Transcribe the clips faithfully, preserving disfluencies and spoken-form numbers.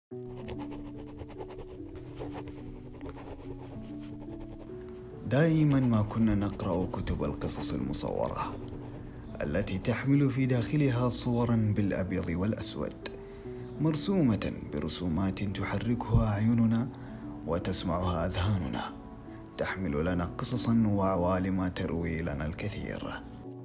دائما ما كنا نقرأ كتب القصص المصورة التي تحمل في داخلها صورا بالأبيض والأسود، مرسومة برسومات تحركها أعيننا وتسمعها أذهاننا، تحمل لنا قصصا وعوالم تروي لنا الكثير.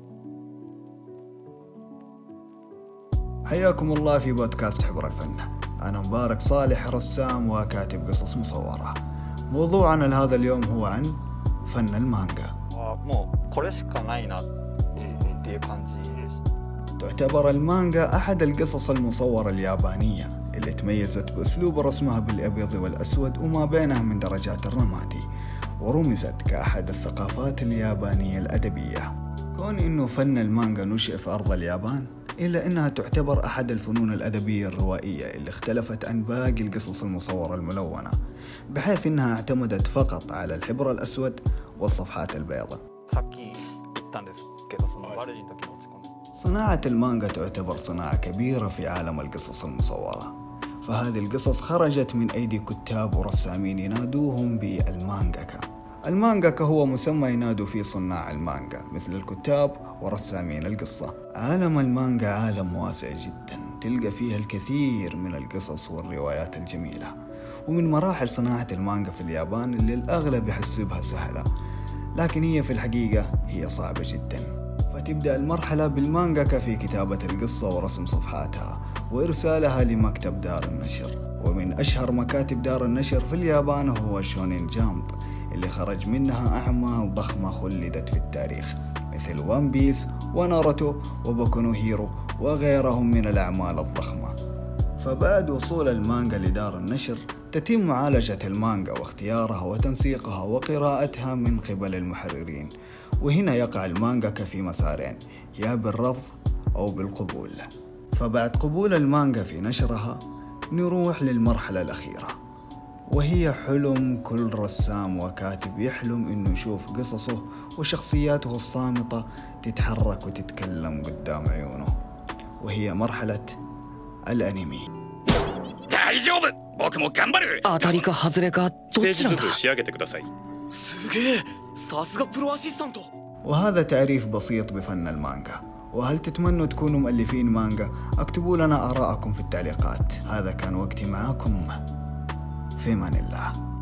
حياكم الله في بودكاست حبر الفن. أنا مبارك صالح، رسام وكاتب قصص مصورة. موضوعنا لهذا اليوم هو عن فن المانجا. تعتبر المانجا أحد القصص المصورة اليابانية اللي تميزت بأسلوب رسمها بالأبيض والأسود وما بينها من درجات الرمادي، ورمزت كأحد الثقافات اليابانية الأدبية. كون إنه فن المانجا نشأ في أرض اليابان، إلا إنها تعتبر أحد الفنون الأدبية الروائية اللي اختلفت عن باقي القصص المصورة الملونة، بحيث إنها اعتمدت فقط على الحبر الأسود والصفحات البيضاء. صناعة المانجا تعتبر صناعة كبيرة في عالم القصص المصورة، فهذه القصص خرجت من أيدي كتاب ورسامين ينادوهم بالمانجاكا. المانجاكا هو مسمى ينادوا فيه صناع المانجا مثل الكتاب ورسامين القصة. عالم المانجا عالم واسع جدا، تلقى فيه الكثير من القصص والروايات الجميلة، ومن مراحل صناعة المانجا في اليابان اللي الأغلب يحسبها سهلة، لكن هي في الحقيقة هي صعبة جدا. فتبدأ المرحلة بالمانجاكا في كتابة القصة ورسم صفحاتها وإرسالها لمكتب دار النشر. ومن أشهر مكاتب دار النشر في اليابان هو شونين جامب، اللي خرج منها أعمال ضخمة خلدت في التاريخ مثل وان بيس وناروتو وبوكو نو هيرو وغيرهم من الأعمال الضخمة. فبعد وصول المانجا لدار النشر تتم معالجة المانجا واختيارها وتنسيقها وقراءتها من قبل المحررين، وهنا يقع المانجاكا في مسارين، يا بالرفض أو بالقبول. فبعد قبول المانجا في نشرها نروح للمرحلة الأخيرة، وهي حلم كل رسام وكاتب يحلم إنه يشوف قصصه وشخصياته الصامتة تتحرك وتتكلم قدام عيونه، وهي مرحلة الأنمي. وهذا تعريف بسيط بفن المانجا. وهل تتمنوا تكونوا مؤلفين مانجا؟ اكتبوا لنا آراءكم في التعليقات. هذا كان وقتي معاكم، في أمان الله.